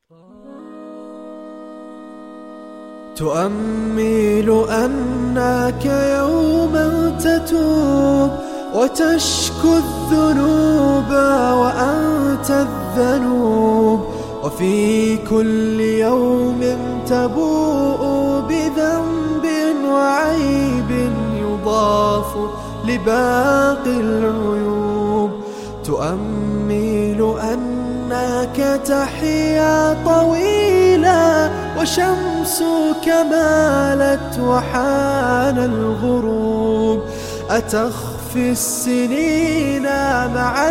تؤمل أنك يوما تتوب وتشكو الذنوب وأنت الذنوب، وفي كل يوم تبوء بذنب وعيب يضاف لباقي العيوب. تؤمل أنك تحيا طويلا وشمسك مالت وحان الغروب. أتخفي السنين مع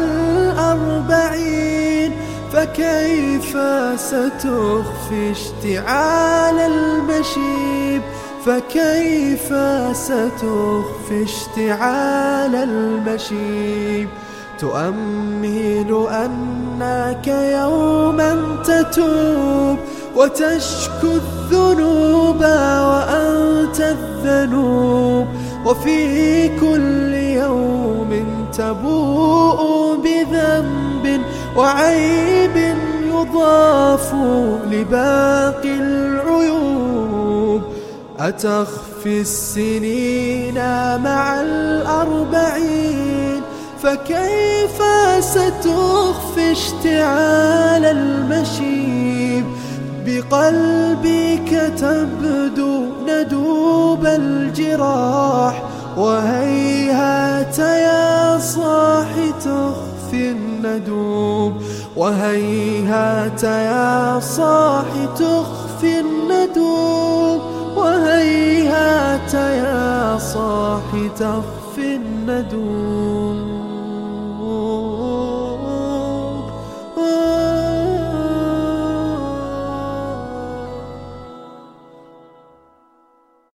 40، فكيف ستخفي اشتعال المشيب؟ فكيف ستخفي اشتعال المشيب؟ تؤمل أنك يوما تتوب وتشكو الذنوب وأنت الذنوب، وفي كل يوم تبوء بذنب وعيب يضاف لباقي العيوب. أتخفي السنين مع 40، فكيف ستخفي اشتعال المشيب؟ بقلبك تبدو ندوب الجراح، وهيهات يا صاح تخفي الندوب. وهيهات يا صاح تخفي الندوب. وهيهات يا صاح تخفي الندوب.